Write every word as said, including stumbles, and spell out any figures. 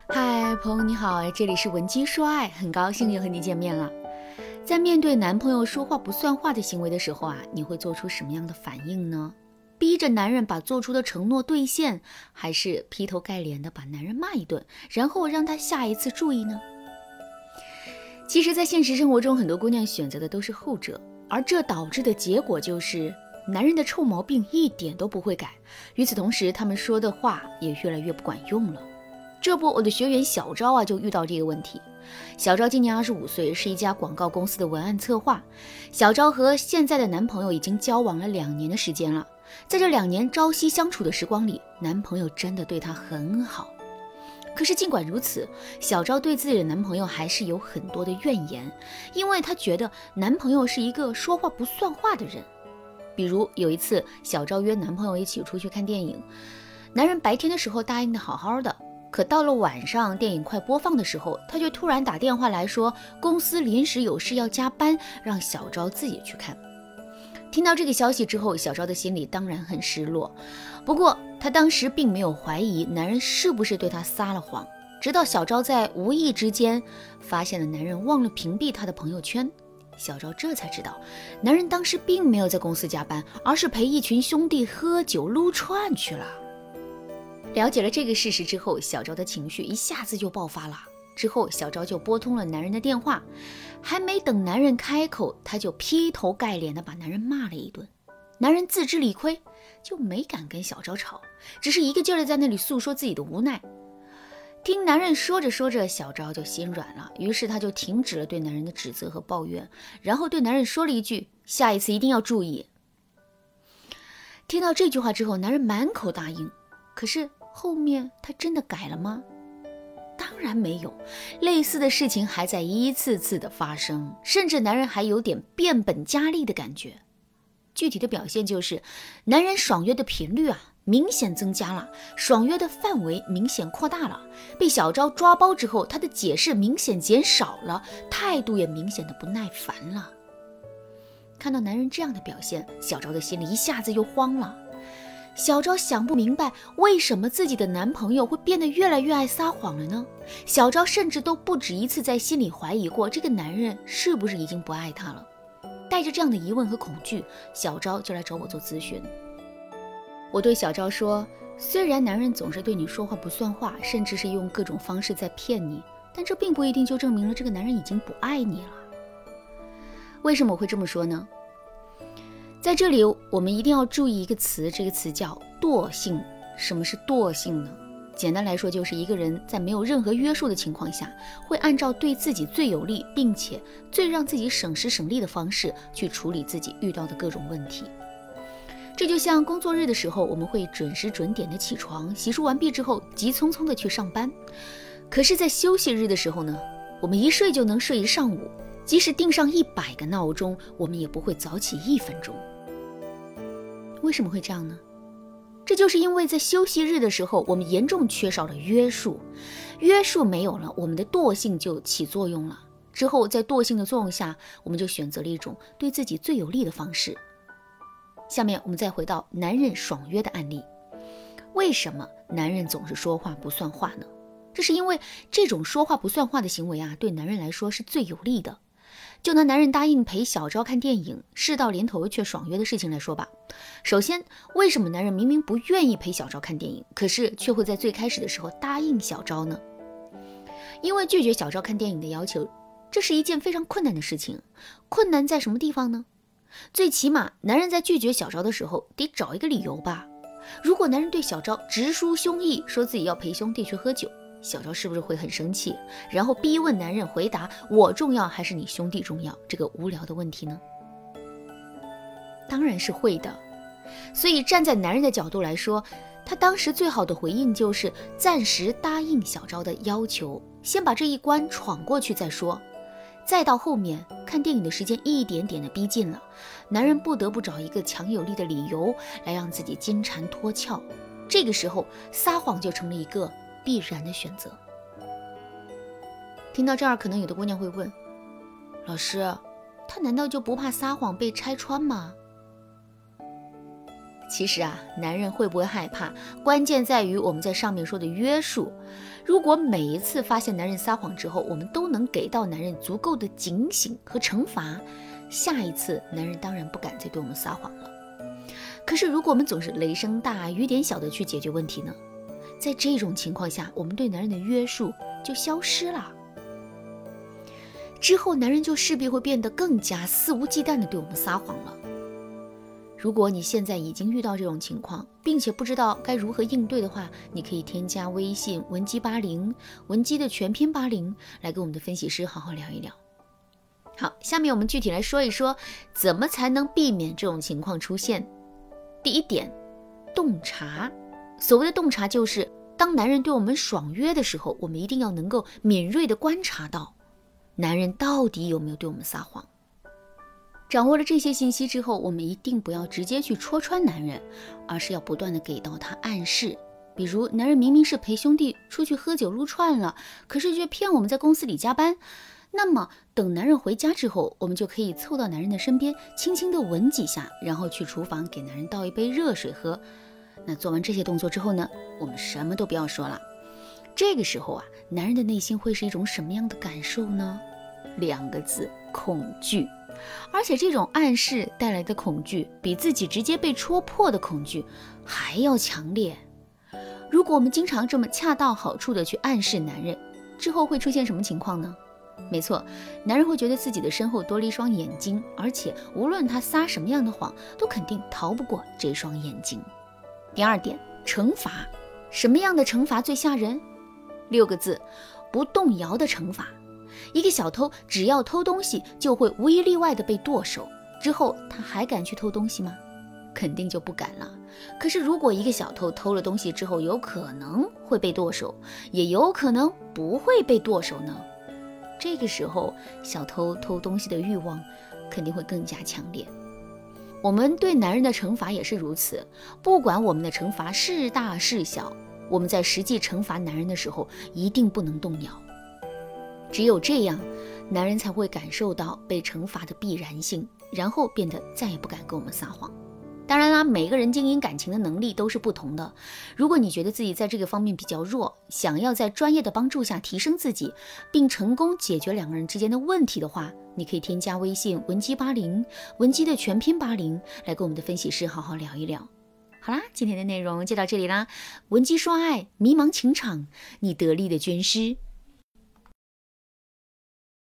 嗨，朋友你好，这里是文姬说爱，很高兴又和你见面了。在面对男朋友说话不算话的行为的时候啊，你会做出什么样的反应呢？逼着男人把做出的承诺兑现，还是劈头盖脸的把男人骂一顿，然后让他下一次注意呢？其实在现实生活中，很多姑娘选择的都是后者，而这导致的结果就是男人的臭毛病一点都不会改，与此同时他们说的话也越来越不管用了。这不，我的学员小昭啊就遇到这个问题。小昭今年二十五岁，是一家广告公司的文案策划。小昭和现在的男朋友已经交往了两年的时间了，在这两年朝夕相处的时光里，男朋友真的对她很好。可是尽管如此，小昭对自己的男朋友还是有很多的怨言，因为她觉得男朋友是一个说话不算话的人。比如有一次，小昭约男朋友一起出去看电影，男人白天的时候答应的好好的，可到了晚上，电影快播放的时候，他就突然打电话来说公司临时有事要加班，让小昭自己去看。听到这个消息之后，小昭的心里当然很失落，不过她当时并没有怀疑男人是不是对她撒了谎，直到小昭在无意之间发现了男人忘了屏蔽她的朋友圈，小昭这才知道男人当时并没有在公司加班，而是陪一群兄弟喝酒撸串去了。了解了这个事实之后，小昭的情绪一下子就爆发了。之后小昭就拨通了男人的电话，还没等男人开口，他就劈头盖脸的把男人骂了一顿。男人自知理亏，就没敢跟小昭吵，只是一个劲儿的在那里诉说自己的无奈。听男人说着说着，小昭就心软了，于是他就停止了对男人的指责和抱怨，然后对男人说了一句：下一次一定要注意。听到这句话之后，男人满口答应，可是后面他真的改了吗？当然没有，类似的事情还在一次次的发生，甚至男人还有点变本加厉的感觉。具体的表现就是，男人爽约的频率啊明显增加了，爽约的范围明显扩大了，被小昭抓包之后，他的解释明显减少了，态度也明显的不耐烦了。看到男人这样的表现，小昭的心里一下子又慌了。小昭想不明白，为什么自己的男朋友会变得越来越爱撒谎了呢？小昭甚至都不止一次在心里怀疑过，这个男人是不是已经不爱她了。带着这样的疑问和恐惧，小昭就来找我做咨询。我对小昭说，虽然男人总是对你说话不算话，甚至是用各种方式在骗你，但这并不一定就证明了这个男人已经不爱你了。为什么我会这么说呢？在这里我们一定要注意一个词，这个词叫惰性。什么是惰性呢？简单来说，就是一个人在没有任何约束的情况下，会按照对自己最有利并且最让自己省时省力的方式去处理自己遇到的各种问题。这就像工作日的时候，我们会准时准点的起床，洗漱完毕之后急匆匆的去上班。可是在休息日的时候呢，我们一睡就能睡一上午，即使定上一百个闹钟，我们也不会早起一分钟。为什么会这样呢？这就是因为在休息日的时候，我们严重缺少了约束，约束没有了，我们的惰性就起作用了。之后在惰性的作用下，我们就选择了一种对自己最有利的方式。下面我们再回到男人爽约的案例。为什么男人总是说话不算话呢？这是因为这种说话不算话的行为啊，对男人来说是最有利的。就拿男人答应陪小昭看电影，事到临头却爽约的事情来说吧。首先，为什么男人明明不愿意陪小昭看电影，可是却会在最开始的时候答应小昭呢？因为拒绝小昭看电影的要求，这是一件非常困难的事情。困难在什么地方呢？最起码男人在拒绝小昭的时候得找一个理由吧。如果男人对小昭直抒胸臆，说自己要陪兄弟去喝酒，小昭是不是会很生气，然后逼问男人回答我重要还是你兄弟重要这个无聊的问题呢？当然是会的。所以站在男人的角度来说，他当时最好的回应就是暂时答应小昭的要求，先把这一关闯过去再说。再到后面看电影的时间一点点的逼近了，男人不得不找一个强有力的理由来让自己金蝉脱壳，这个时候撒谎就成了一个必然的选择。听到这儿，可能有的姑娘会问，老师，他难道就不怕撒谎被拆穿吗？ 其实啊，男人会不会害怕，关键在于我们在上面说的约束。如果每一次发现男人撒谎之后，我们都能给到男人足够的警醒和惩罚，下一次男人当然不敢再对我们撒谎了。可是如果我们总是雷声大雨点小的去解决问题呢？在这种情况下，我们对男人的约束就消失了。之后男人就势必会变得更加肆无忌惮地对我们撒谎了。如果你现在已经遇到这种情况，并且不知道该如何应对的话，你可以添加微信文姬八零，文姬的全拼八零，来跟我们的分析师好好聊一聊。好，下面我们具体来说一说，怎么才能避免这种情况出现。第一点，洞察。所谓的洞察，就是当男人对我们爽约的时候，我们一定要能够敏锐地观察到男人到底有没有对我们撒谎。掌握了这些信息之后，我们一定不要直接去戳穿男人，而是要不断地给到他暗示。比如男人明明是陪兄弟出去喝酒撸串了，可是却骗我们在公司里加班，那么等男人回家之后，我们就可以凑到男人的身边，轻轻地吻几下，然后去厨房给男人倒一杯热水喝。那做完这些动作之后呢，我们什么都不要说了。这个时候啊，男人的内心会是一种什么样的感受呢？两个字，恐惧。而且这种暗示带来的恐惧，比自己直接被戳破的恐惧还要强烈。如果我们经常这么恰到好处的去暗示男人，之后会出现什么情况呢？没错，男人会觉得自己的身后多了一双眼睛，而且无论他撒什么样的谎，都肯定逃不过这双眼睛。第二点，惩罚。什么样的惩罚最吓人？六个字，不动摇的惩罚。一个小偷只要偷东西，就会无一例外的被剁手，之后他还敢去偷东西吗？肯定就不敢了。可是如果一个小偷偷了东西之后，有可能会被剁手，也有可能不会被剁手呢？这个时候，小偷偷东西的欲望肯定会更加强烈。我们对男人的惩罚也是如此，不管我们的惩罚是大是小，我们在实际惩罚男人的时候，一定不能动摇。只有这样，男人才会感受到被惩罚的必然性，然后变得再也不敢跟我们撒谎。当然啦，每个人经营感情的能力都是不同的。如果你觉得自己在这个方面比较弱，想要在专业的帮助下提升自己，并成功解决两个人之间的问题的话，你可以添加微信文姬八零，文姬的全拼八零，来跟我们的分析师好好聊一聊。好啦，今天的内容就到这里啦。文姬说爱，迷茫情场，你得力的军师。